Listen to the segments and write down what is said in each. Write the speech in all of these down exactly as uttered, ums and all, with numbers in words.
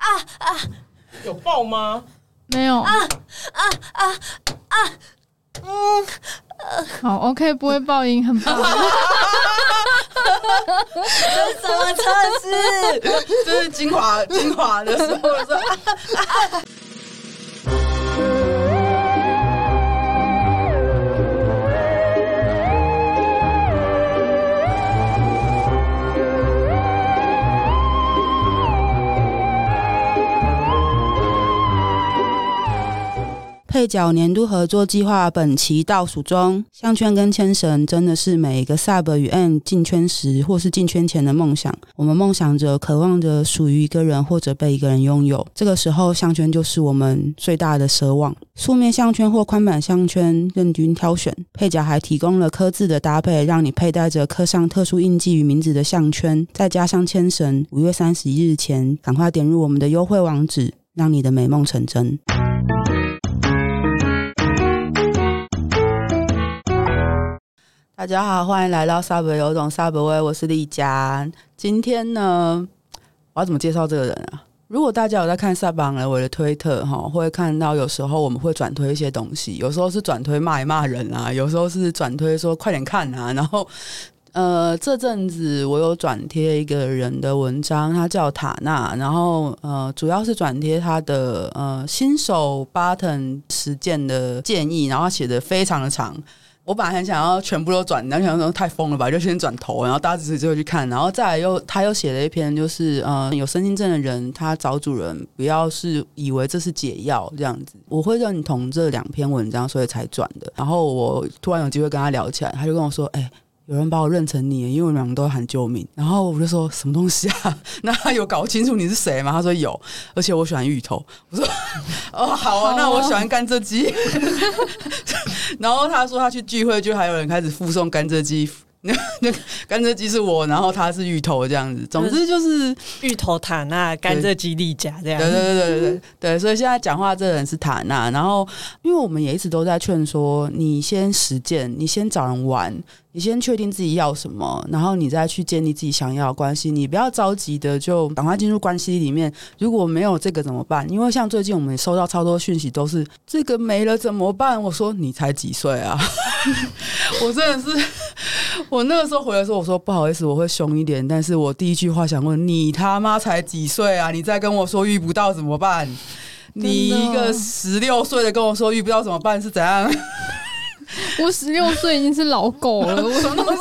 啊！ 有爆吗？ 没有啊啊啊啊！嗯， 好 ，OK， 不会爆音，很棒。 这是什么测试？ 这是精华精华的时候说。啊啊配角年度合作计划本期倒数中，项圈跟牵绳真的是每一个 sub 与 M 进圈时或是进圈前的梦想。我们梦想着渴望着属于一个人或者被一个人拥有，这个时候项圈就是我们最大的奢望。素面项圈或宽版项圈任君挑选，配角还提供了刻字的搭配，让你佩戴着刻上特殊印记与名字的项圈，再加上牵绳。五月三十一日前赶快点入我们的优惠网址，让你的美梦成真。大家好，欢迎来到 Sub 有种 Subway， 我是丽佳。今天呢，我要怎么介绍这个人啊？如果大家有在看 Sub 行人我的推特会看到有时候我们会转推一些东西，有时候是转推骂一骂人啊，有时候是转推说快点看啊，然后呃，这阵子我有转贴一个人的文章，他叫塔纳，然后呃，主要是转贴他的呃新手 button 实践的建议，然后写的非常的长。我本来很想要全部都转，然后想说太疯了吧，就先转头，然后大家直接就会去看，然后再来又他又写了一篇，就是呃有身心症的人，他找主人不要是以为这是解药这样子。我会认同这两篇文章，所以才转的。然后我突然有机会跟他聊起来，他就跟我说：“哎、欸。”有人把我认成你，因为我们两个都喊救命。然后我就说什么东西啊？那他有搞清楚你是谁吗？他说有，而且我喜欢芋头。我说哦好啊，那我喜欢甘蔗鸡。然后他说他去聚会，就还有人开始附送甘蔗鸡。那甘蔗鸡是我，然后他是芋头这样子。总之就是芋头塔纳甘蔗鸡丽佳这样。 对对对对对对，所以现在讲话这个人是塔纳。然后因为我们也一直都在劝说你先实践，你先找人玩。你先确定自己要什么，然后你再去建立自己想要的关系。你不要着急的就赶快进入关系里面。如果没有这个怎么办？因为像最近我们收到超多讯息都是这个没了怎么办？我说你才几岁啊？我真的是，我那个时候回来说，我说不好意思，我会凶一点，但是我第一句话想问你他妈才几岁啊？你再跟我说遇不到怎么办？你一个十六岁的跟我说遇不到怎么办是怎样？ 我十六岁已经是老狗了，我什么东西？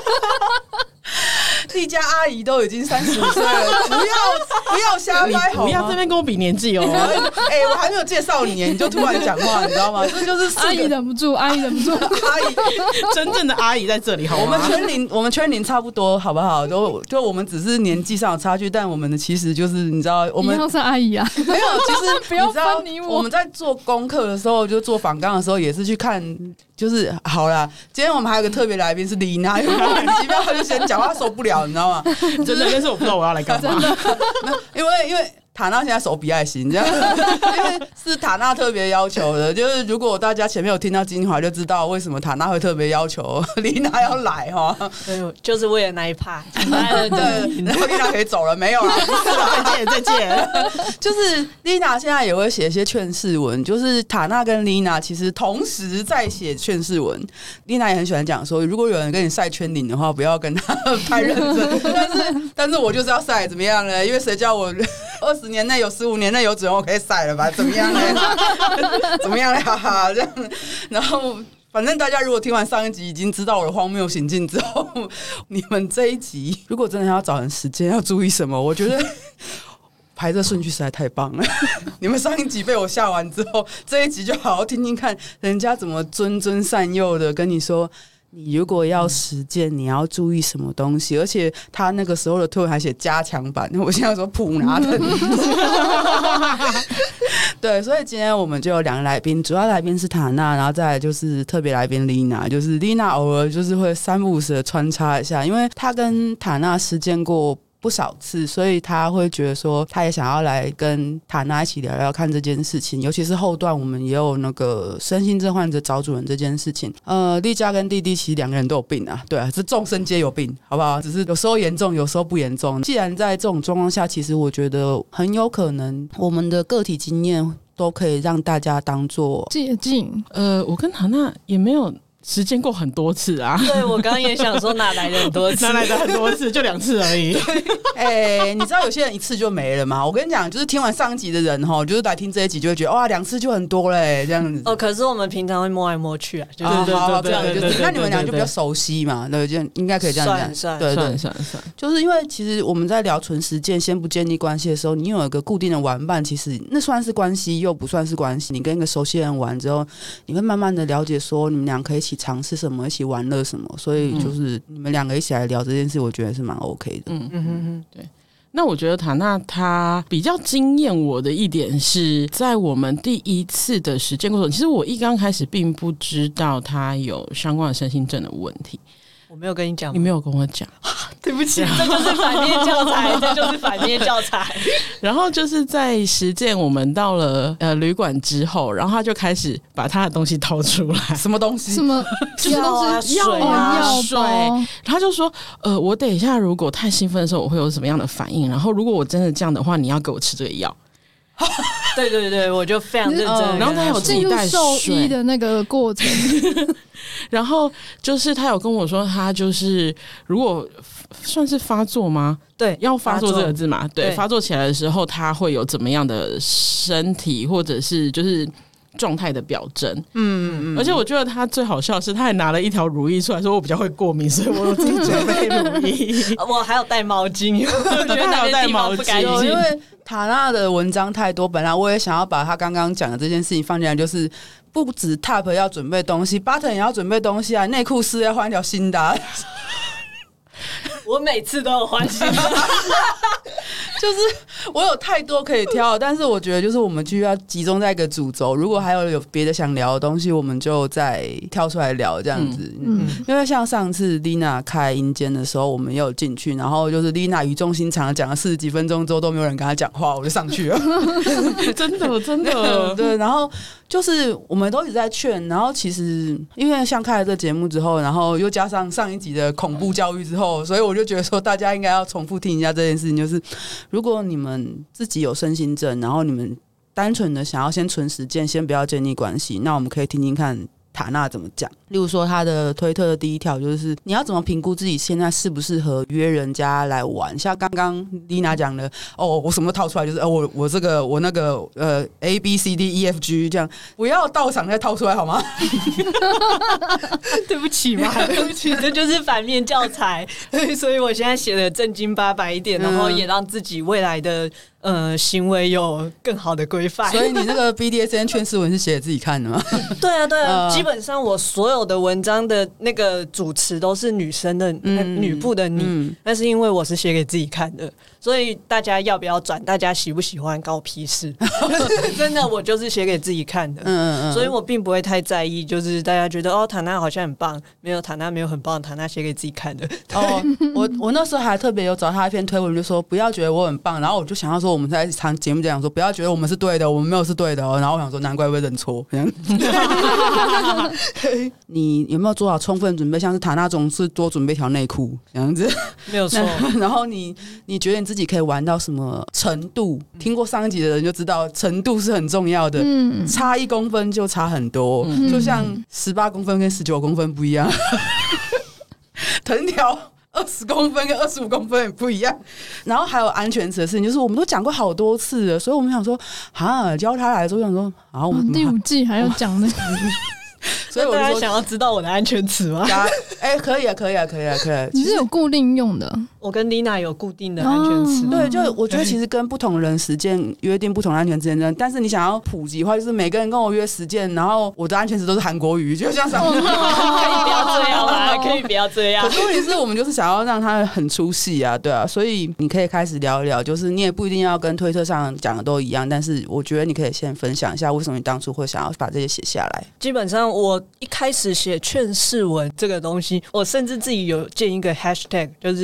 丽佳阿姨都已经三十五岁了，不要不要瞎掰好吗？ 不要这边跟我比年纪哦！ 哎、欸，我还没有介绍你，你就突然讲话，你知道吗？这就是阿姨忍不住，阿姨忍不住， 阿姨真正的阿姨在这里，好吗？ 我们圈龄，我们圈龄差不多，好不好？都就我们只是年纪上的差距，但我们的其实就是你知道，我们一样是阿姨啊， 没有，其实不要分你我。 我们在做功课的时候，就做访纲的时候，也是去看。就是好啦，今天我们还有个特别来宾是丽娜，因为他很奇妙，他就先讲话受不了，你知道吗？ 真的，但是我不知道我要来干嘛。 因为因为塔纳现在手比爱心，这样，因为是塔纳特别要求的。就是如果大家前面有听到精华，就知道为什么塔纳会特别要求丽娜要来哈。 对，就是为了那一趴。 对，然后丽娜可以走了，没有啦，不是啦， 再见再见。 就是丽娜现在也会写一些劝世文，就是塔纳跟丽娜其实同时在写劝世文。丽娜也很喜欢讲说，如果有人跟你晒圈领的话，不要跟他太认真。但是但是我就是要晒，怎么样呢？因为谁叫我二十年内有十五年内有指纹，我可以晒了吧？怎么样呢？怎么样呢？哈哈，这样。然后，反正大家如果听完上一集已经知道我的荒谬行径之后，你们这一集如果真的要找人实践，要注意什么？我觉得排这顺序实在太棒了。你们上一集被我吓完之后，这一集就好好听听看人家怎么谆谆善诱的跟你说。你如果要实践，你要注意什么东西？而且他那个时候的推文还写加强版，我现在说普拿的。对，所以今天我们就有两个来宾，主要来宾是塔纳，然后再来就是特别来宾丽娜，就是丽娜偶尔就是会三不五时的穿插一下，因为她跟塔纳实践过不少次，所以他会觉得说他也想要来跟塔娜一起聊聊看这件事情，尤其是后段我们也有那个身心症患者找主人这件事情。呃，丽佳跟弟弟其实两个人都有病啊，对啊，是众生皆有病，好不好？只是有时候严重，有时候不严重。既然在这种状况下，其实我觉得很有可能我们的个体经验都可以让大家当做借镜。 呃，我跟塔娜也没有实践过很多次啊。 对，我刚刚也想说哪来的很多次， 哪来的很多次，就两次而已。 哎、欸，你知道有些人一次就没了吗？我跟你讲，就是听完上一集的人哈，就是来听这一集就会觉得哇，两次就很多嘞，这样子。 哦，可是我们平常会摸来摸去啊，就是、 哦、 对好， 对对对对， 那你们俩就比较熟悉嘛，对，就应该可以这样讲。 算对对， 算算， 就是因为其实我们在聊纯实践，先不建立关系的时候，你有一个固定的玩伴，其实那算是关系，又不算是关系。你跟一个熟悉的人玩之后，你会慢慢的了解说，你们俩可以一起尝试什么，一起玩乐什么，所以就是你们两个一起来聊这件事，我觉得是蛮 OK 的。 嗯嗯嗯嗯，对。那我觉得塔娜她比较惊艳我的一点是在我们第一次的实践过程，其实我一刚开始并不知道她有相关的身心症的问题。 我没有跟你讲， 你没有跟我讲， 对不起，这就是反面教材，这就是反面教材。 然后就是在实践，我们到了呃旅馆之后，然后他就开始把他的东西掏出来， 什么东西？ 什么药啊、水啊、药水。他就说，呃，我等一下如果太兴奋的时候，我会有什么样的反应？然后如果我真的这样的话，你要给我吃这个药。 对对对，我就非常认真、嗯。 然后他有自己带水兽医的那个过程， 然后就是他有跟我说，他就是如果算是发作吗？ 对， 要发作这个字嘛？对， 对发作起来的时候，他会有怎么样的身体或者是就是状态的表征？嗯嗯嗯。而且我觉得他最好笑的是，他还拿了一条乳液出来说，我比较会过敏，所以我有自己准备乳液。 我还有带毛巾，我觉得还有带毛巾， 因为塔娜的文章太多，本来我也想要把他刚刚讲的这件事情放进来，就是不止 Top 要准备东西 ，Button 也要准备东西啊，内裤丝要换一条新的、啊。 我每次都有换新的。 就是我有太多可以挑，但是我觉得就是我们就要集中在一个主轴，如果还有有别的想聊的东西，我们就再挑出来聊这样子。嗯，嗯因为像上次 Lina 开阴间的时候，我们也有进去，然后就是 Lina 语重心长的讲了四十几分钟之后都没有人跟他讲话，我就上去了。 真的真的对，然后就是我们都一直在劝，然后其实因为像开了这个节目之后，然后又加上上一集的恐怖教育之后，所以我就觉得说大家应该要重复听一下这件事情，就是如果你们自己有身心症，然后你们单纯的想要先纯实践，先不要建立关系，那我们可以听听看塔娜怎么讲。例如说他的推特的第一条就是你要怎么评估自己现在适不适合约人家来玩，像刚刚 Lina 讲的哦，我什么都套出来就是哦，我我这个我那个呃 A B C D E F G 这样，不要到场再套出来好吗？ 对不起嘛，对不起，这就是反面教材，所以我现在写的正经八百一点，然后也让自己未来的呃行为有更好的规范。 所以你那个 B D S M 劝世文是写给自己看的吗？ 对啊对啊、 呃， 基本上我所有的文章的那个主词都是女生的、嗯、女部的你、嗯，那是因为我是写给自己看的，所以大家要不要转，大家喜不喜欢高屁事。真的，我就是写给自己看的，嗯嗯，所以我并不会太在意，就是大家觉得哦塔娜好像很棒，没有塔娜没有很棒，塔娜写给自己看的。哦， 我我那时候还特别有找他一篇推文，就说不要觉得我很棒，然后我就想要说我们在场节目讲说不要觉得我们是对的，我们没有是对的哦，然后我想说难怪会认错。你有没有做好充分准备？像是塔娜总是多准备条内裤这样子， 没有错。 然后你你觉得你自己可以玩到什么程度？听过上一集的人就知道，程度是很重要的。嗯，差一公分就差很多，嗯、就像十八公分跟十九公分不一样，藤条二十公分跟二十五公分也不一样。然后还有安全词的事情，就是我们都讲过好多次了，所以我们想说，哈，教他来的时候想说，啊，我们、 哦、第五季还要讲的。 所以我就说，大家想要知道我的安全词吗？ 哎、欸，可以啊，可以啊，可以啊，可以啊。 你是有固定用的？ 我跟 Lina 有固定的安全词、哦。 对，就我觉得其实跟不同人实践约定不同的安全词，但是你想要普及的话，就是每个人跟我约实践，然后我的安全词都是韩国语，就像上、哦、 可以不要这样吗？可以不要这样。 可是问题是我们就是想要让它很出戏啊，对啊，所以你可以开始聊一聊，就是你也不一定要跟推特上讲的都一样，但是我觉得你可以先分享一下为什么你当初会想要把这些写下来。 基本上我一开始写劝世文这个东西，我甚至自己有建一个 hashtag， 就是塔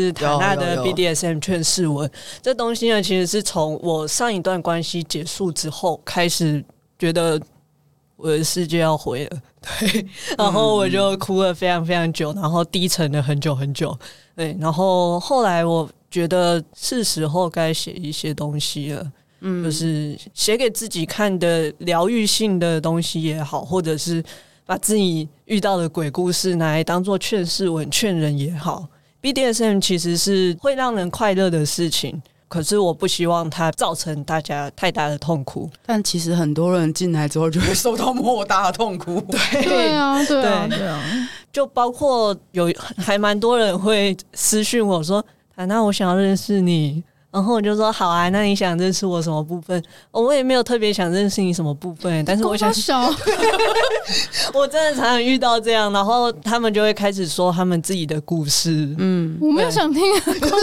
娜的 B D S M 劝世文，这东西呢，其实是从我上一段关系结束之后开始觉得我的世界要毁了，对，然后我就哭了非常非常久，然后低沉了很久很久，对，然后后来我觉得是时候该写一些东西了。嗯，就是写给自己看的疗愈性的东西也好，或者是把自己遇到的鬼故事拿来当作劝世文劝人也好， B D S M 其实是会让人快乐的事情，可是我不希望它造成大家太大的痛苦。 但其实很多人进来之后就会受到莫大的痛苦。 对对啊，对啊，对啊， 就包括有还蛮多人会私讯我说：“坦娜，我想要认识你。”然后我就说好啊，那你想认识我什么部分？哦、我也没有特别想认识你什么部分，但是我想小， 我真的常常遇到这样，然后他们就会开始说他们自己的故事。嗯， 我没有想听啊，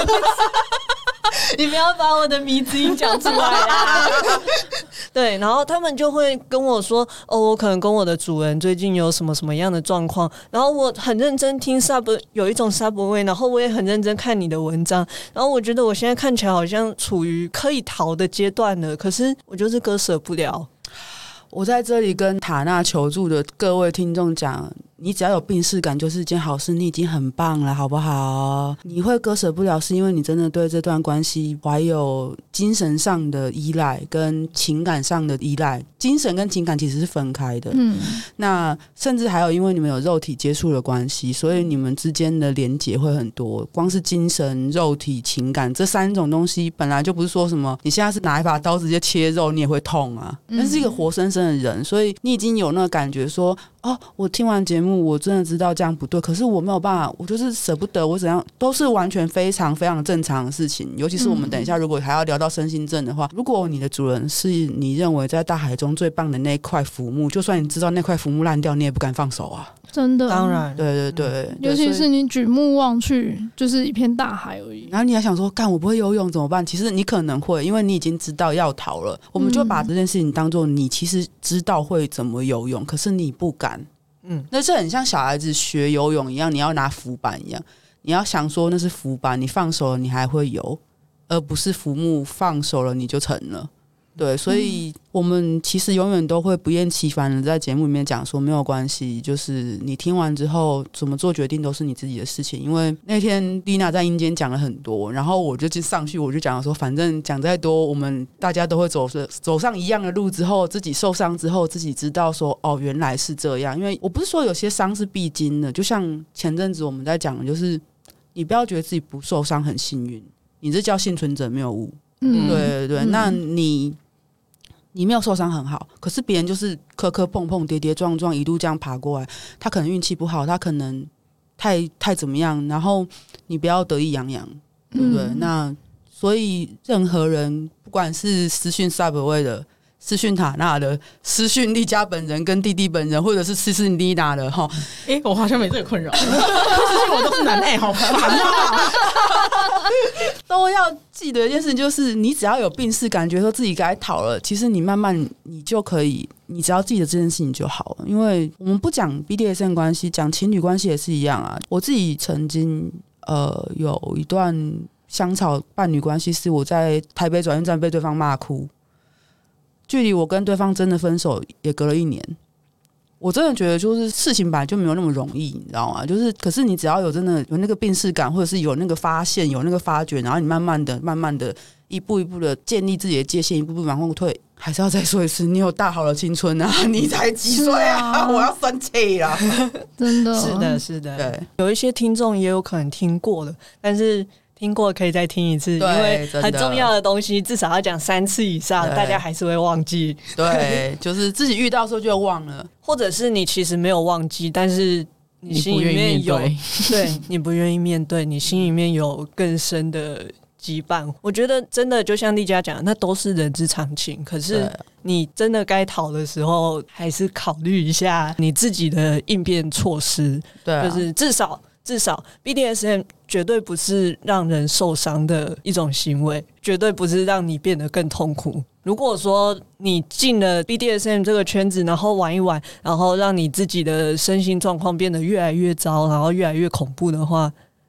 你不要把我的迷之音讲出来啦。对，然后他们就会跟我说：“哦，我可能跟我的主人最近有什么什么样的状况。”然后我很认真听 sub， 有一种 sub 味，然后我也很认真看你的文章。然后我觉得我现在看起来好像处于可以逃的阶段了，可是我就是割舍不了。 我在这里跟塔娜求助的各位听众讲，你只要有病识感就是一件好事，你已经很棒了，好不好？你会割舍不了是因为你真的对这段关系怀有精神上的依赖跟情感上的依赖，精神跟情感其实是分开的。嗯，那甚至还有因为你们有肉体接触的关系，所以你们之间的连结会很多，光是精神、肉体、情感这三种东西本来就不是说什么你现在是拿一把刀直接切肉你也会痛啊，但是一个活生生的人，所以你已经有那个感觉说，哦，我听完节目我真的知道这样不对，可是我没有办法，我就是舍不得，我怎样都是完全非常非常正常的事情。尤其是我们等一下如果还要聊到身心症的话，如果你的主人是你认为在大海中最棒的那块浮木，就算你知道那块浮木烂掉你也不敢放手啊， 真的， 当然， 对对对， 尤其是你举目望去就是一片大海而已， 然后你还想说干我不会游泳怎么办，其实你可能会，因为你已经知道要逃了，我们就把这件事情当作你其实知道会怎么游泳，可是你不敢。嗯，那这很像小孩子学游泳一样，你要拿浮板一样，你要想说那是浮板，你放手了你还会游，而不是浮木放手了你就成了。对，所以我们其实永远都会不厌其烦的在节目里面讲说没有关系，就是你听完之后怎么做决定都是你自己的事情。因为那天丽娜在阴间讲了很多，然后我就上去我就讲说反正讲再多我们大家都会走走上一样的路之后，自己受伤之后自己知道说哦原来是这样。因为我不是说有些伤是必经的，就像前阵子我们在讲的就是你不要觉得自己不受伤很幸运，你这叫幸存者谬误。嗯，对对对，嗯，那你你没有受伤很好，可是别人就是磕磕碰碰跌跌撞撞一路这样爬过来，他可能运气不好，他可能太太怎么样，然后你不要得意洋洋，对不对？嗯，那所以任何人不管是私讯 Subway 的，私讯塔娜的，私讯丽佳本人跟弟弟本人，或者是私讯丽娜的齁， 哎，欸，我好像没这个困扰，私讯我都是男，哎，欸，好烦啊！ 都要记得一件事情，就是你只要有病识，感觉说自己该逃了，其实你慢慢你就可以，你只要记得这件事情就好了。因为我们不讲 B D S M 关系，讲情侣关系也是一样啊。我自己曾经呃有一段香草伴侣关系，是我在台北转运站被对方骂哭，距离我跟对方真的分手也隔了一年。我真的觉得就是事情本来就没有那么容易，你知道吗？就是可是你只要有真的有那个病识感，或者是有那个发现有那个发觉，然后你慢慢的慢慢的一步一步的建立自己的界限，一步步往后退。还是要再说一次，你有大好的青春啊，你才几岁啊，啊我要生气啦。 真的是的是的， 对， 有一些听众也有可能听过了，但是听过可以再听一次，因为很重要的东西至少要讲三次以上，大家还是会忘记。 对，就是自己遇到的时候就忘了， 或者是你其实没有忘记，但是你心里面有，对，你不愿意面对，你心里面有更深的羁绊。我觉得真的就像丽佳讲的，那都是人之常情，可是你真的该逃的时候还是考虑一下你自己的应变措施。对啊，就是至少至少 B D S M 绝对不是让人受伤的一种行为，绝对不是让你变得更痛苦。如果说你进了 B D S M 这个圈子，然后玩一玩，然后让你自己的身心状况变得越来越糟，然后越来越恐怖的话，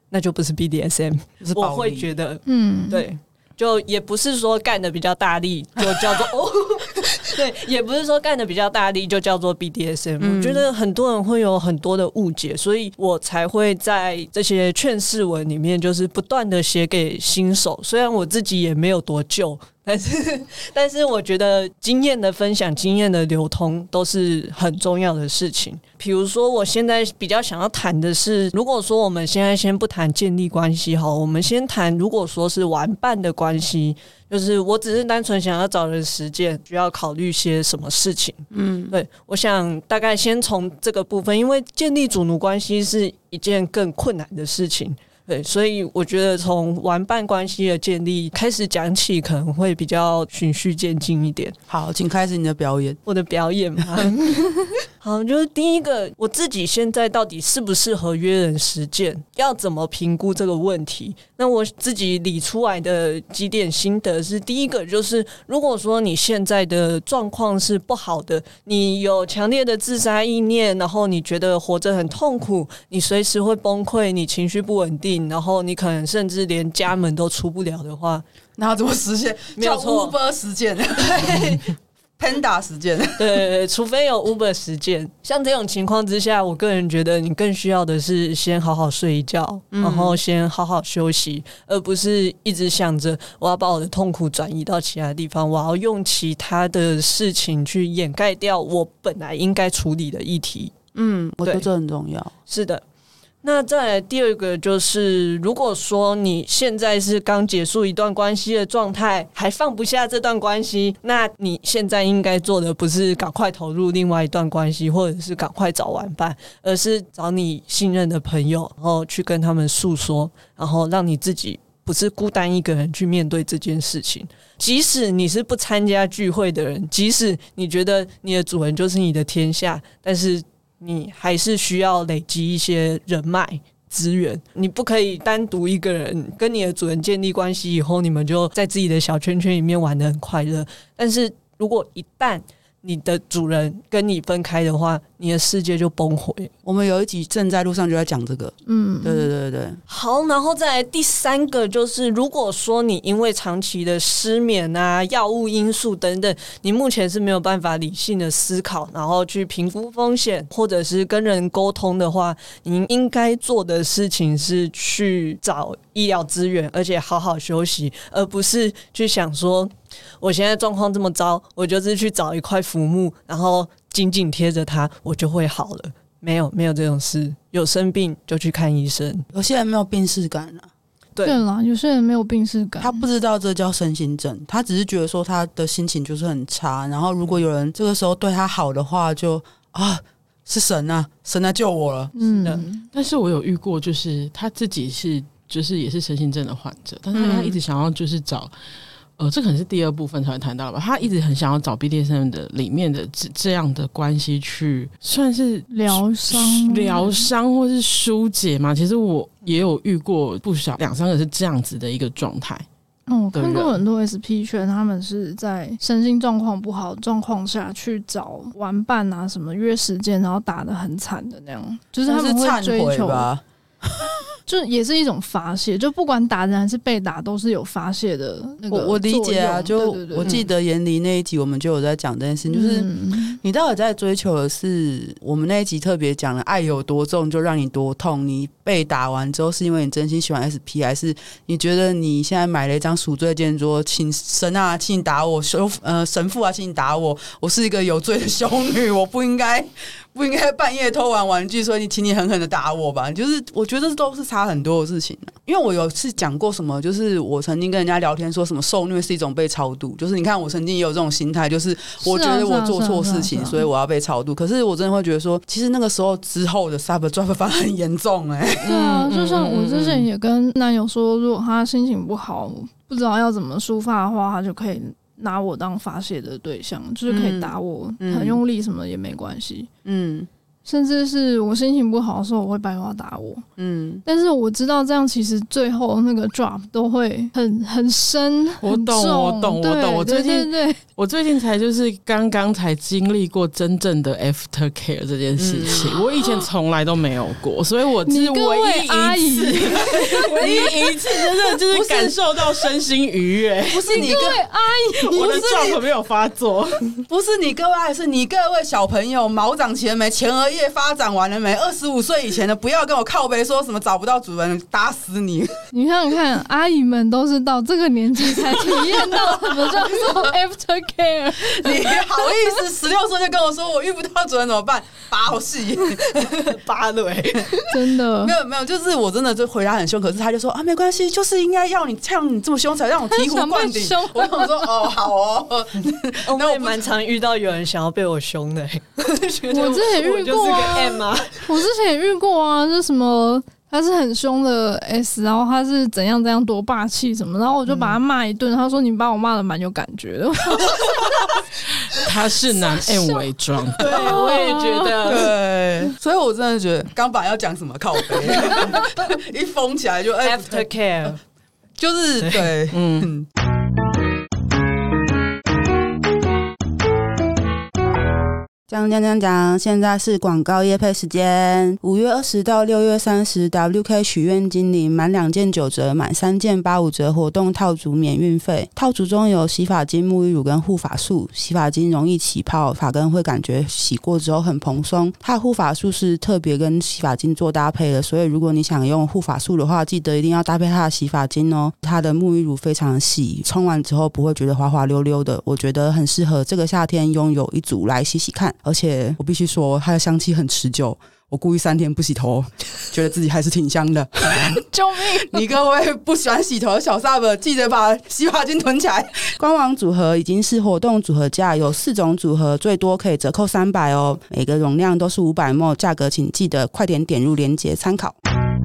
那就不是 B D S M， 我会觉得，嗯，对，就也不是说干的比较大力就叫做哦，对，也不是说干的比较大力就叫做 B D S M，嗯。我觉得很多人会有很多的误解，所以我才会在这些劝世文里面，就是不断的写给新手。虽然我自己也没有多旧。但是，但是我觉得经验的分享、经验的流通都是很重要的事情。比如说，我现在比较想要谈的是，如果说我们现在先不谈建立关系，好，我们先谈，如果说是玩伴的关系，就是我只是单纯想要找人实践，需要考虑些什么事情。嗯，对，我想大概先从这个部分，因为建立主奴关系是一件更困难的事情。对，所以我觉得从玩伴关系的建立开始讲起，可能会比较循序渐进一点。 好，请开始你的表演。 我的表演嘛，好，就是第一个，我自己现在到底适不适合约人实践，要怎么评估这个问题？那我自己理出来的几点心得是：第一个就是，如果说你现在的状况是不好的，你有强烈的自杀意念，然后你觉得活着很痛苦，你随时会崩溃，你情绪不稳定。然后你可能甚至连家门都出不了的话， 那要怎么实现？ 没有错 ，Uber 实践，对 ，Panda 实践， 对对对，除非有 Uber 实践。像这种情况之下，我个人觉得你更需要的是先好好睡一觉，嗯、然后先好好休息，而不是一直想着我要把我的痛苦转移到其他地方，我要用其他的事情去掩盖掉我本来应该处理的议题。 嗯，我觉得这很重要。 是的。那再来第二个就是，如果说你现在是刚结束一段关系的状态，还放不下这段关系，那你现在应该做的不是赶快投入另外一段关系，或者是赶快找玩伴，而是找你信任的朋友，然后去跟他们诉说，然后让你自己不是孤单一个人去面对这件事情。即使你是不参加聚会的人，即使你觉得你的主人就是你的天下，但是你还是需要累积一些人脉资源，你不可以单独一个人跟你的主人建立关系以后，你们就在自己的小圈圈里面玩得很快乐。但是如果一旦你的主人跟你分开的话，你的世界就崩毁。 我们有一集正在路上就在讲这个，嗯，对对对对。 好，然后再来第三个就是，如果说你因为长期的失眠啊、药物因素等等，你目前是没有办法理性的思考，然后去评估风险，或者是跟人沟通的话，你应该做的事情是去找医疗资源，而且好好休息，而不是去想说我现在状况这么糟，我就是去找一块浮木，然后紧紧贴着它，我就会好了。没有，没有这种事。有生病就去看医生。 有些人没有病识感啊， 对对啦，有些人没有病识感， 他不知道这叫身心症，他只是觉得说他的心情就是很差，然后如果有人这个时候对他好的话就，就啊是神啊，神来救我了。 嗯，但是我有遇过，就是他自己是就是也是身心症的患者，但是他一直想要就是找。呃，这可能是第二部分才会谈到吧。他一直很想要找 B D S M 的里面的这这样的关系去算是疗伤、 疗伤或是疏解嘛。其实我也有遇过不少两三个是这样子的一个状态。 嗯，我看过很多 S P 圈，他们是在身心状况不好的状况下去找玩伴啊，什么约时间，然后打得很惨的那样，就是他们会追求吧。就也是一种发泄，就不管打人还是被打，都是有发泄的那个作用。 我我理解啊，就对对对， 我记得严离那一集，我们就有在讲这件事，就是你到底在追求的是，我们那一集特别讲了，爱有多重就让你多痛。你被打完之后，是因为你真心喜欢 S P， 还是你觉得你现在买了一张赎罪券，说请神啊，请你打我，呃神父啊，请你打我，我是一个有罪的修女，我不应该。不应该半夜偷玩玩具，所以你请你狠狠的打我吧。就是我觉得这都是差很多的事情、啊、因为我有次讲过什么，就是我曾经跟人家聊天说什么受虐是一种被超度，就是你看我曾经也有这种心态，就是我觉得我做错事情，所以我要被超度。可是我真的会觉得说，其实那个时候之后的 sub drive 反而很严重哎、欸。 对啊，就像我之前也跟男友说，如果他心情不好，不知道要怎么抒发的话，他就可以拿我当发泄的对象，就是可以打我、嗯、很用力什么也没关系。 嗯， 甚至是我心情不好的时候，我会拜托他打我。嗯，但是我知道这样其实最后那个 drop 都会很很深， 我懂，我懂，我懂。我最近对对对， 我最近才就是刚刚才经历过真正的 after care 这件事情，嗯、我以前从来都没有过，所以我是唯一阿姨， 唯一一次真的就是感受到身心愉悦。 不是你各位阿姨， 我的 drop 没有发作， 不是你各位阿姨，是你各位小朋友，毛长齐了没？前额叶发展完了没？二十五岁以前的不要跟我靠背说什么找不到主人，打死你！ 你想想看，阿姨们都是到这个年纪才体验到什么叫做 after care。 你好意思十六岁就跟我说我遇不到主人怎么办？拔戏拔对， 真的没有没有，就是我真的就回答很凶，可是他就说啊没关系，就是应该要你像你这么凶才让我醍醐灌顶。我想说哦好哦， 我也蛮常遇到有人想要被我凶的、欸，我之前遇过啊， 我, M 啊我之前也遇过啊，就什么。他是很凶的 S， 然后他是怎样怎样多霸气什么，然后我就把他骂一顿。嗯、他说：“你把我骂的蛮有感觉的。” 他是男 M 伪装， 对，我也觉得， 对，所以我真的觉得刚本来要讲什么靠背，一封起来就 after care， 就是对，嗯。讲讲讲讲，现在是广告业配时间。五月二十到六月三十 ，W K 许愿精灵满两件九折，满三件八五折活动套组免运费。套组中有洗发精、沐浴乳跟护发素。洗发精容易起泡，发根会感觉洗过之后很蓬松。它的护发素是特别跟洗发精做搭配的，所以如果你想用护发素的话，记得一定要搭配它的洗发精哦。它的沐浴乳非常细，冲完之后不会觉得滑滑溜溜的，我觉得很适合这个夏天拥有一组来洗洗看。而且我必须说它的香气很持久，我故意三天不洗头，觉得自己还是挺香的。 救命！ 你各位不喜欢洗头的小 sub 记得把洗发精囤起来。官网组合已经是活动组合价，有四种组合，最多可以折扣三百哦，每个容量都是五百 ml， 价格请记得快点点入链接参考。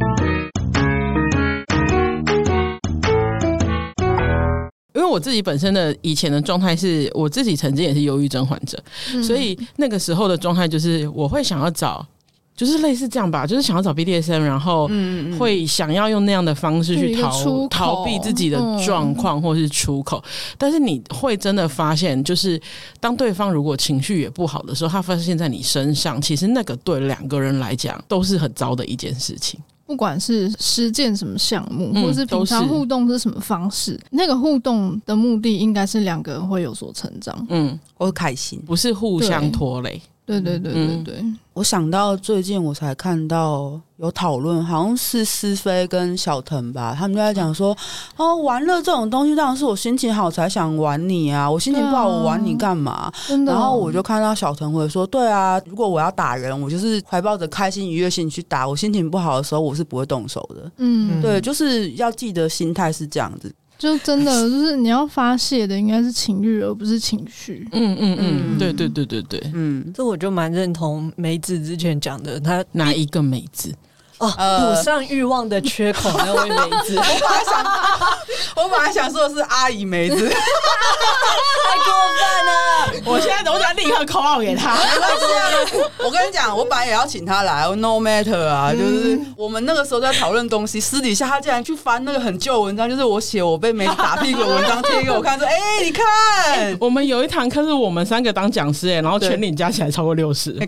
因为我自己本身的以前的状态是我自己曾经也是忧郁症患者、嗯、所以那个时候的状态就是我会想要找就是类似这样吧，就是想要找 B D S M， 然后会想要用那样的方式去逃逃避自己的状况或是出口、嗯、但是你会真的发现就是当对方如果情绪也不好的时候，他发现在你身上，其实那个对两个人来讲都是很糟的一件事情， 不管是实践什么项目、嗯、或是平常互动是什么方式，那个互动的目的应该是两个人会有所成长， 嗯，或开心， 不是互相拖累。 对对对对对、嗯， 我想到最近我才看到有讨论，好像是思菲跟小腾吧，他们就在讲说，哦，玩乐这种东西当然是我心情好才想玩你啊，我心情不好我玩你干嘛？真的、哦。然后我就看到小腾会说，对啊，如果我要打人，我就是怀抱着开心愉悦心去打，我心情不好的时候我是不会动手的。嗯，对，就是要记得心态是这样子。 就真的就是你要发泄的应该是情欲而不是情绪。 嗯嗯嗯，对对对对对， 嗯，这我就蛮认同梅子之前讲的，他哪一个梅子？ 哦，补上欲望的缺口那位梅子。 我本来想，我本来想说的是阿姨梅子，太过分了！ 我现在我想立刻 call out 给他。 没关系啊，我跟你讲，我本来也要请他来 ，no matter 啊，就是我们那个时候在讨论东西，私底下他竟然去翻那个很旧的文章，就是我写我被梅子打屁股的文章贴给我看，说，哎、欸，你看、欸， 我们有一堂课是我们三个当讲师，哎，然后全领加起来超过六十。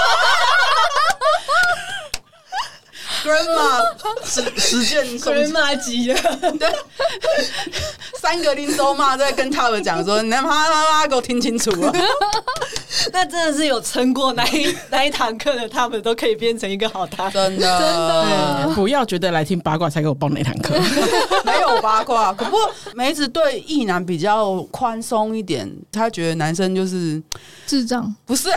Grandma 实实践 Grandma 级的， 对，三个林州妈在跟他们讲说，你他妈他妈给我听清楚啊！ 那真的是有撑过那一那一堂课的，他们都可以变成一个好搭， 真的真的。 不要觉得来听八卦才给我报那堂课， 没有八卦。不过梅子对异男比较宽松一点，他觉得男生就是智障， 不是、啊。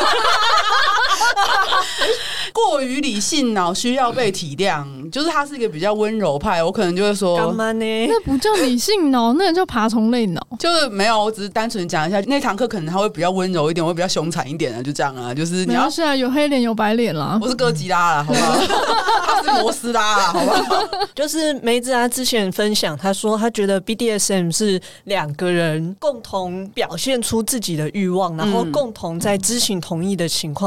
过于理性脑需要被体谅，就是他是一个比较温柔派，我可能就会说干嘛呢？ 那不叫理性脑，那个叫爬虫类脑。 就是没有，我只是单纯讲一下那堂课可能他会比较温柔一点，我会比较凶残一点的，就这样啊。就是你要是啊，有黑脸有白脸啦。 我是哥吉拉啦，好不好？他是摩斯拉啦，好不好？ 就是梅子啊，之前分享他说他觉得 B D S M 是两个人共同表现出自己的欲望，然后共同在知情同意的情况之下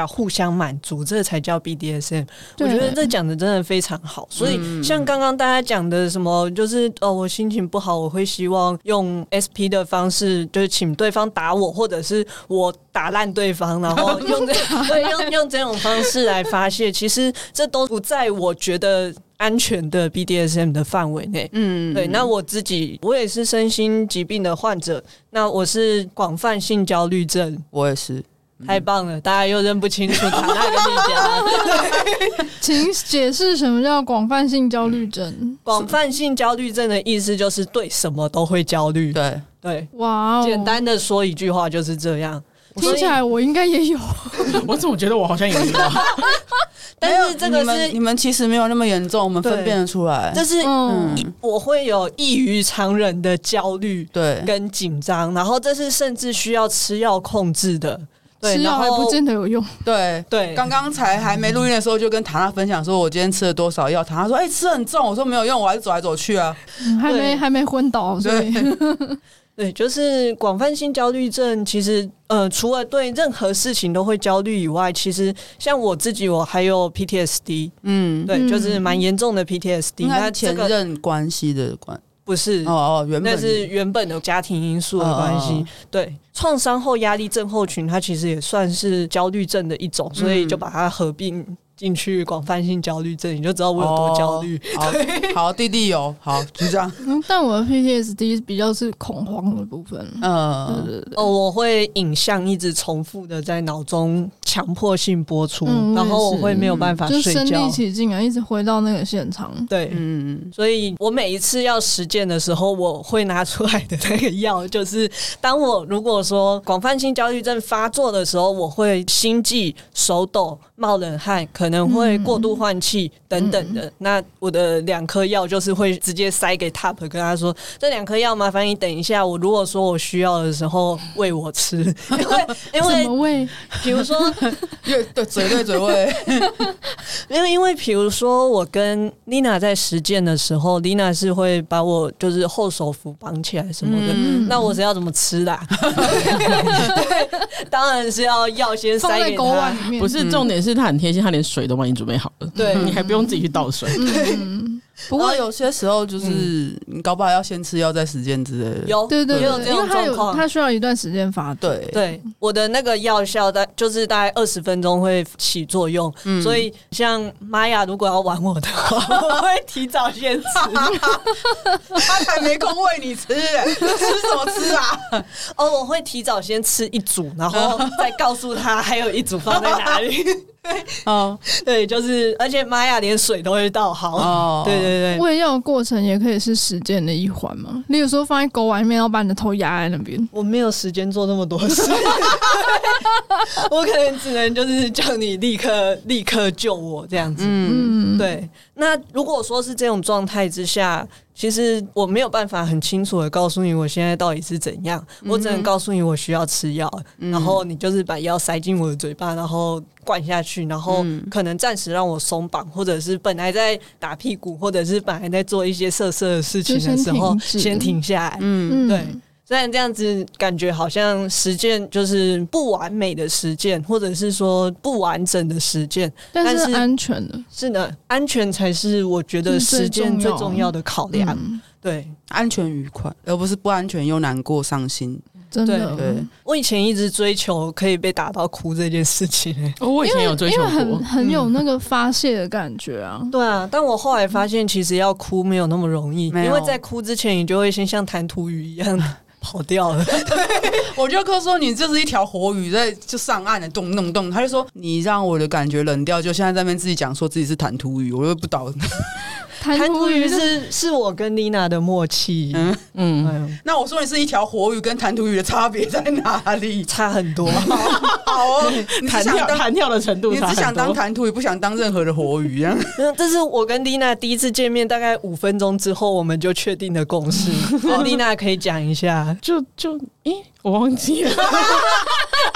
下互相满足，这才叫 B D S M。 我觉得这讲的真的非常好。所以像刚刚大家讲的什么，就是哦，我心情不好，我会希望用 S P 的方式，就是请对方打我，或者是我打烂对方，然后用这对用用这种方式来发泄。其实这都不在我觉得安全的 B D S M 的范围内。嗯，对。那我自己，我也是身心疾病的患者，那我是广泛性焦虑症， 我也是。 太棒了，大家又认不清楚塔娜跟丽佳。 请解释什么叫广泛性焦虑症？ 广泛性焦虑症的意思就是对什么都会焦虑。 对对， 哇、哦， 简单的说一句话就是这样。 听起来我应该也有， 我怎么觉得我好像也有？ 但是这个是你, 们你们其实没有那么严重，我们分辨得出来。 这是、嗯、我会有异于常人的焦虑，对，跟紧张，然后这是甚至需要吃药控制的。 吃药还不见得有用。 对对，刚刚才还没录音的时候，就跟塔娜分享说，我今天吃了多少药。塔娜说：“哎、欸，吃很重。”我说：“没有用，我还是走来走去啊。 嗯”还没还没昏倒，所以对，就是广泛性焦虑症。其实，呃，除了对任何事情都会焦虑以外，其实像我自己，我还有 P T S D。嗯，对，就是蛮严重的 P T S D。 那前任关系的关。 不是哦哦，原本那是原本的家庭因素的关系。哦、对，创伤后压力症候群，它其实也算是焦虑症的一种，所以就把它合并进去广泛性焦虑症，你就知道我有多焦虑。 哦、好, 好，弟弟有好，就这样。 嗯，但我的 P T S D 比较是恐慌的部分。嗯，对对对。 哦，我会影像一直重复的在脑中强迫性播出，嗯、然后我会没有办法睡觉， 就身临其境啊，一直回到那个现场。 对，嗯，所以我每一次要实践的时候，我会拿出来的那个药，就是当我如果说广泛性焦虑症发作的时候，我会心悸、手抖、冒冷汗，可能会过度换气等等的。嗯、那我的两颗药就是会直接塞给 Top， 跟他说：“这两颗药麻烦你等一下，我如果说我需要的时候喂我吃。”因为因为怎么喂？ 比如说。 对嘴对嘴喂， 因为因为比如说我跟 Lina 在实践的时候 ，Lina 是会把我就是后手扶绑起来什么的，嗯、那我是要怎么吃的、啊？当然是要药先塞给他。 不是重点是他很贴心，他连水都帮你准备好了，对你还不用自己去倒水。 嗯不过有些时候就是你搞不好要先吃药再实践之类的。 有， 对对对， 有这种状况， 它需要一段时间发作。 对对，我的那个药效大就是大概二十分钟会起作用，嗯、所以像玛雅如果要玩我的话，我会提早先吃。 他才没空喂你吃，吃什么吃啊？ 哦，我会提早先吃一组，然后再告诉他还有一组放在哪里。哦，对，就是，而且玛雅连水都会倒好。哦，对对对， 喂药的过程也可以是实践的一环嘛。例如说放在狗碗里面，然后把你的头压在那边。 我没有时间做那么多事，我可能只能就是叫你立刻立刻救我这样子。嗯，对。那如果说是这种状态之下，其实我没有办法很清楚的告诉你我现在到底是怎样，嗯、我只能告诉你我需要吃药，嗯、然后你就是把药塞进我的嘴巴，然后灌下去，然后可能暂时让我松绑，或者是本来在打屁股，或者是本来在做一些色色的事情的时候，先 停, 先停下来。嗯，对。虽然这样子感觉好像实践就是不完美的实践，或者是说不完整的实践， 但是安全的， 是的，安全才是我觉得实践最重要的考量。嗯、对， 安全愉快，而不是不安全又难过伤心。 真的， 对， 我以前一直追求可以被打到哭这件事情、欸哦，我以前有追求过， 因为很很有那个发泄的感觉啊。 嗯、对啊，但我后来发现，其实要哭没有那么容易，因为在哭之前，你就会先像弹涂鱼一样跑掉了。 我就跟说你就是一条活鱼在就上岸了，动动动。他就说你让我的感觉冷掉，就现在在那边自己讲说自己是弹涂鱼，我又不懂。 弹涂鱼是是我跟 Lina 的默契。嗯嗯，那我说你是一条活鱼，跟弹涂鱼的差别在哪里？ 差很多。 好哦， 弹跳弹跳的程度差很多， 你只想当弹涂鱼，不想当任何的活鱼啊。 这是我跟 Lina 第一次见面，大概五分钟之后，我们就确定的共识。Lina 可以讲一下， 就就诶、欸，我忘记了。啊，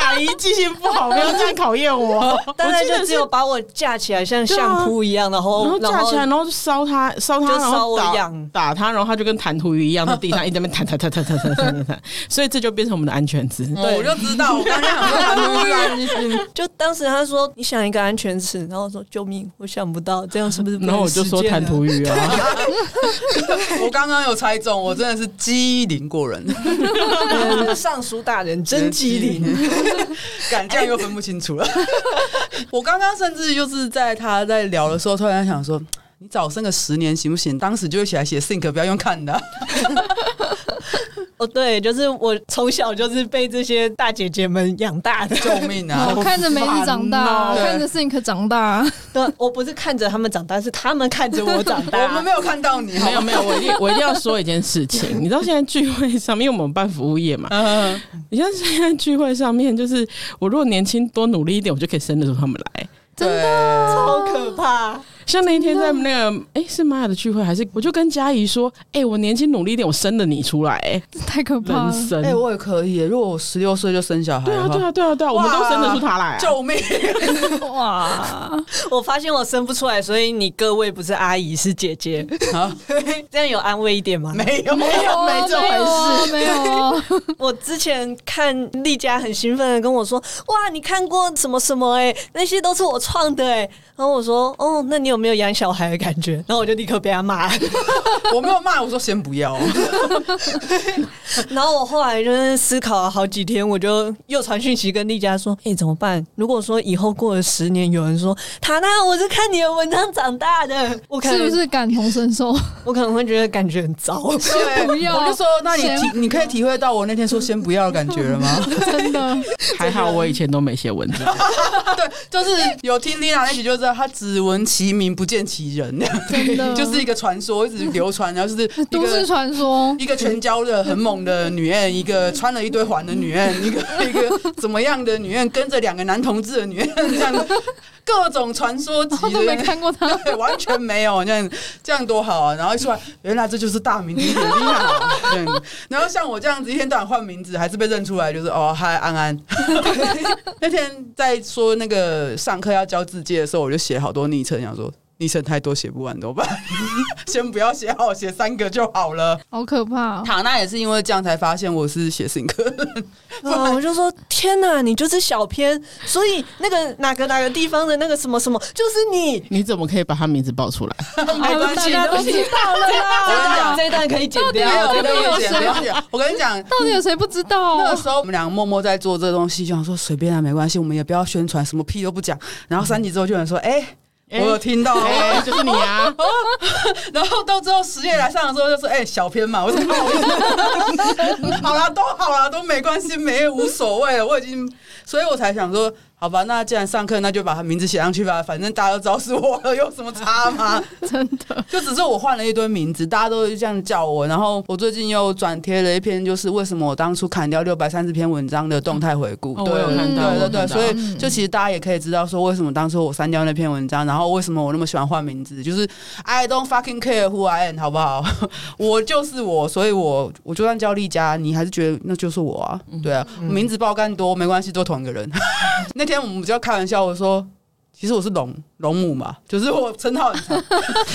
阿姨记性不好，不要这样考验我。 大概就只有把我架起来，像相扑一样，然后然后架起来，然后就烧他，烧他， 然后打打他，然后他就跟弹涂鱼一样，在地上一直在那边弹弹弹弹弹弹弹弹，所以这就变成我们的安全词。 对，我就知道，我刚刚想说弹涂鱼安心。 就当时他说你想一个安全词，然后我说救命，我想不到，这样是不是不？ 然后我就说弹涂鱼啊。 我刚刚有猜中，我真的是机灵过人。 尚书大人真机灵， 敢这样又分不清楚了。我刚刚甚至就是在他在聊的时候，突然想说，你早生个十年行不行？当时就会起来写 think， 不要用看的、啊。 哦，对，就是我从小就是被这些大姐姐们养大的， 救命啊！ 我看着梅子长大，看着 think 长大。 对，我不是看着他们长大，是他们看着我长大。 我们没有看到你， 没有没有，我一定我一定要说一件事情。你知道现在聚会上面，因为我们办服务业嘛，嗯、你像现在聚会上面，就是我如果年轻多努力一点，我就可以生得出他们来。 真的超可怕。 像那一天在那个哎、欸、是玛雅的聚会还是我就跟嘉怡说哎、欸、我年轻努力一点我生了你出来哎、欸、 太可怕了人生哎、欸、我也可以如果我十六岁就生小孩对啊对啊对啊对啊我们都生得出他来、啊、 救命哇我发现我生不出来所以你各位不是阿姨是姐姐啊这样有安慰一点吗？ 没有没有没这回事没有啊我之前看丽佳很兴奋的跟我说哇你看过什么什么哎、欸、那些都是我创的哎、欸、然后我说哦那你有没有养小孩的感觉？然后我就立刻被他骂。 我没有骂，我说先不要。 然后我后来就是思考了好几天，我就又传讯息跟丽佳说：“哎、欸，怎么办？如果说以后过了十年，有人说塔娜，我是看你的文章长大的，我可能是不是感同身受？ 我可能会觉得感觉很糟。 先不要， 我就说，那你体你可以体会到我那天说先不要的感觉了吗？ 真的， 还好我以前都没写文章。 对，就是有听丽娜那集就知道，他只闻其名不见其人。 真的就是一个传说一直流传，然后就是都市传说， 一个拳交的很猛的女人，一个穿了一堆环的女人，一个一个怎么样的女人，跟着两个男同志的女人，这样各种传说集的， 都没看过他， 对，完全没有这样，这样多好啊！然后一出来，原来这就是大名鼎鼎的丽娜。然后像我这样子一天到晚换名字，还是被认出来，就是哦，嗨，安安。那天在说那个上课要交字界的时候，我就写好多昵称，想说。昵称太多写不完怎么办？先不要写好，写三个就好了。 好可怕、哦！ 塔娜也是因为这样才发现我是写 think 的。 哦、我就说天哪，你就是小编，所以那个哪个哪个地方的那个什么什么就是你。 你怎么可以把他名字报出来？ 没关系，大家都知道了啦。 我跟你讲， 这一段可以剪掉。 我跟你讲，我跟你讲， 到底有谁不知道、哦？ 那个时候我们两个默默在做这个东西，就想说随便啊，没关系，我们也不要宣传，什么屁都不讲。然后三集之后就有人说，哎、欸。我有听到， 哎、欸，就是你啊！ 然后到最后实验来上的时候，就说：“哎、欸，小编嘛。”我说：“好啦，都好啦，都没关系，没无所谓了。”我已经，所以我才想说。好吧，那既然上课，那就把他名字写上去吧。反正大家都知道是我了，有什么差吗？ 真的， 就只是我换了一堆名字，大家都这样叫我。然后我最近又转贴了一篇，就是为什么我当初砍掉六百三十篇文章的动态回顾。 哦、对，我有看到， 对对对，所以就其实大家也可以知道说，为什么当初我删掉那篇文章，然后为什么我那么喜欢换名字，就是 I don't fucking care who I am， 好不好？我就是我，所以我我就算叫丽佳，你还是觉得那就是我啊？对啊，嗯、名字爆干多没关系，都同一个人。那天我们就要开玩笑，我说其实我是龙龙母嘛，就是我称号很长，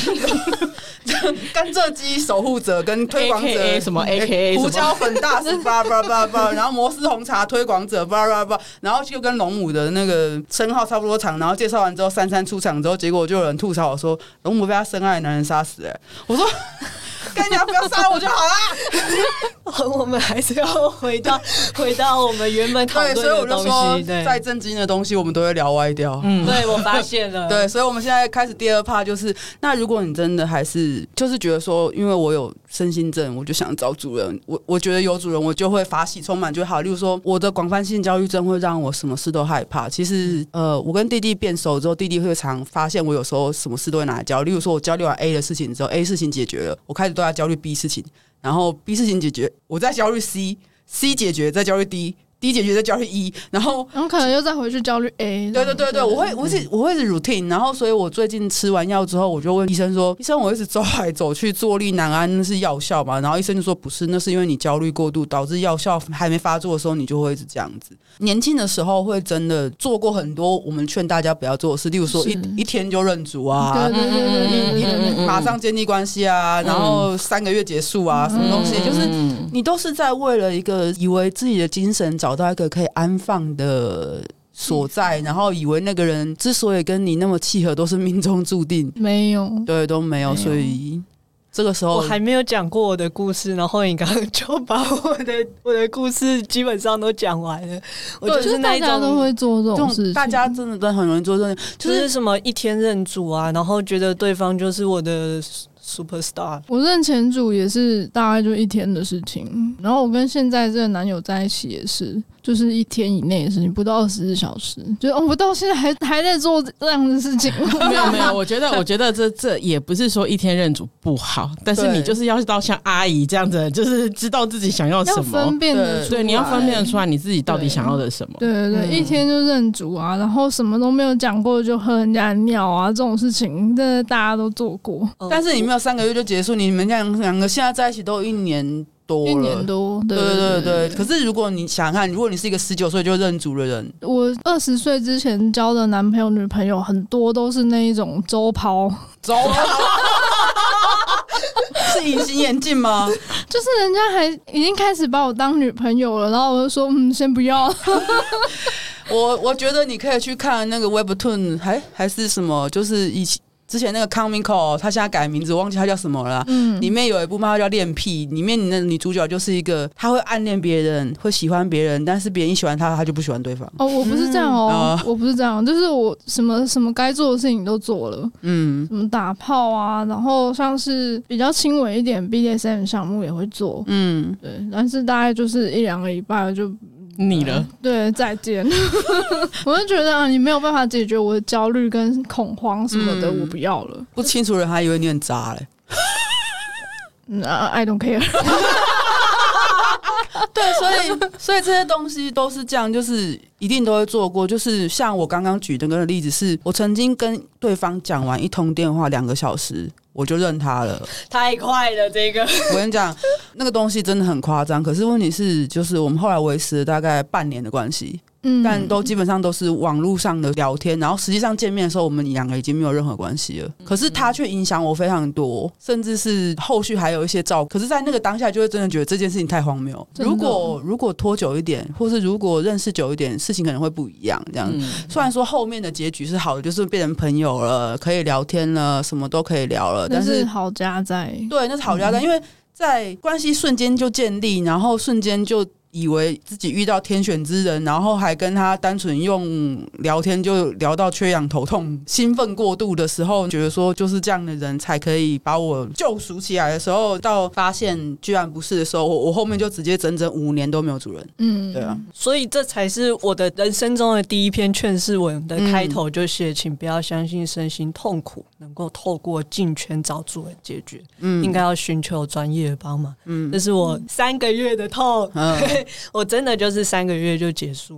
甘蔗鸡守护者跟推广者 A K A 什么 A K A 胡椒粉大使叭叭叭叭，然后摩斯红茶推广者叭叭叭，然后就跟龙母的那个称号差不多长，然后介绍完之后，珊珊出场之后，结果就有人吐槽我说龙母被他深爱的男人杀死、欸，我说。跟人家不要杀我就好啦。 我们还是要回到回到我们原本讨论的东西。对，所以我就说， 再正经的东西我们都会聊歪掉。 嗯，对，我发现了。 对，所以我们现在开始第二 part， 就是那如果你真的还是就是觉得说，因为我有身心症，我就想找主人。我我觉得有主人，我就会法喜充满就好。例如说，我的广泛性焦虑症会让我什么事都害怕。其实，呃，我跟弟弟变熟之后，弟弟会常发现我有时候什么事都会拿来焦虑。例如说，我焦虑完 A 的事情之后 ，A 事情解决了，我开始对他焦虑 B 事情，然后 B 事情解决，我再焦虑 C，C 解决再焦虑 D。 D 解决的焦虑一，然后然后可能又再回去焦虑 A。 对对对对，我会我是我会是 routine， 然后所以我最近吃完药之后，我就问医生说，医生我一直走来走去坐立难安，那是药效嘛？然后医生就说不是，那是因为你焦虑过度导致药效还没发作的时候，你就会一直这样子。年轻的时候会真的做过很多我们劝大家不要做的事，例如说一一天就认主啊， 对对对对对对， 马上建立关系啊，然后三个月结束啊，什么东西，就是你都是在为了一个以为自己的精神找到一个可以安放的所在，然后以为那个人之所以跟你那么契合，都是命中注定， 没有， 对，都没有，没有，所以这个时候我还没有讲过我的故事，然后你刚刚就把我的我的故事基本上都讲完了。我就是那一种大家都会做这种事情， 大家真的都很容易做这种， 就是、就是什么一天认主啊，然后觉得对方就是我的superstar。 我认前主也是大概就一天的事情，然后我跟现在这个男友在一起也是，就是一天以内的事情，不到二十四小时，就哦，我到现在还还在做这样的事情。 没有没有，我觉得我觉得这这也不是说一天认主不好，但是你就是要到像阿姨这样子，就是知道自己想要什么， 要分辨得出来， 对，你要分辨得出来你自己到底想要的什么。 对对对，嗯、一天就认主啊，然后什么都没有讲过就喝人家的尿啊，这种事情，这大家都做过。 但是你没有三个月就结束，你们两两个现在在一起都有一年多了， 一年多，对对对 对, 对。可是如果你想看，如果你是一个十九岁就认主的人， 我二十岁之前交的男朋友、女朋友很多都是那一种周抛， 周抛是隐形眼镜吗？ 就是人家还已经开始把我当女朋友了，然后我就说嗯，先不要。 我我觉得你可以去看那个 Webtoon， 还还是什么，就是以前。之前那个 Comico 他现在改名字，我忘记他叫什么了啦、嗯、里面有一部漫画叫恋癖，里面的女主角就是一个她会暗恋别人，会喜欢别人，但是别人一喜欢她，她就不喜欢对方。 哦，我不是这样哦、嗯、我不是这样，就是我什么什么该做的事情都做了，嗯，什么打炮啊，然后像是比较轻微一点 B D S M 项目也会做，嗯，对，但是大概就是一两个礼拜就腻了、呃， 对，再见。我就觉得啊，你没有办法解决我的焦虑跟恐慌什么的，嗯、我不要了。 不清楚人还以为你很渣嘞。 嗯、uh, ，I don't care 。 对，所以所以这些东西都是这样，就是一定都会做过。就是像我刚刚举的那个例子是，我曾经跟对方讲完一通电话两个小时。我就认他了， 太快了这个。 我跟你讲，那个东西真的很夸张。可是问题是，就是我们后来维持了大概半年的关系，嗯，但都基本上都是网络上的聊天，然后实际上见面的时候，我们两个已经没有任何关系了。可是他却影响我非常多，甚至是后续还有一些照顾。可是，在那个当下，就会真的觉得这件事情太荒谬。如果如果拖久一点，或是如果认识久一点，事情可能会不一样。这样，嗯、虽然说后面的结局是好的，就是变成朋友了，可以聊天了，什么都可以聊了。但是好家在， 对，那是好家在，嗯、因为在关系瞬间就建立，然后瞬间就以为自己遇到天选之人，然后还跟他单纯用聊天就聊到缺氧头痛，兴奋过度的时候，觉得说就是这样的人才可以把我救赎起来的时候，到发现居然不是的时候，我我后面就直接整整五年都没有主人。嗯，对啊， 所以这才是我的人生中的第一篇劝世文的开头，就写请不要相信身心痛苦能够透过进圈找主人解决，嗯，应该要寻求专业的帮忙。嗯，这是我三个月的痛。嗯我真的就是三个月就结束。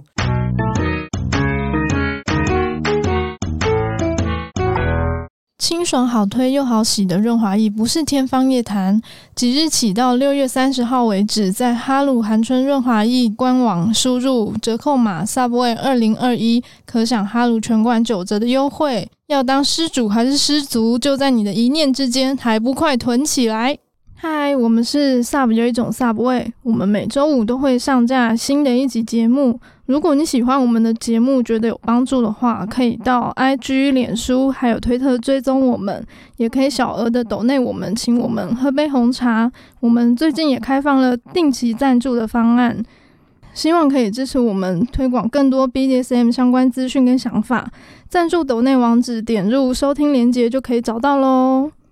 清爽好推又好洗的润滑液不是天方夜谭，即日起到六月三十号为止，在哈鲁含春润滑液官网输入折扣码 Subway 二零二一，可享哈鲁全馆九折的优惠。要当失主还是失足，就在你的一念之间，还不快囤起来！嗨，我们是 Sub 有一种 Subway， 我们每周五都会上架新的一集节目。如果你喜欢我们的节目，觉得有帮助的话，可以到 I G、脸书还有推特追踪我们，也可以小额的抖内我们，请我们喝杯红茶。我们最近也开放了定期赞助的方案，希望可以支持我们推广更多 B D S M 相关资讯跟想法。赞助抖内网址点入收听连结就可以找到咯。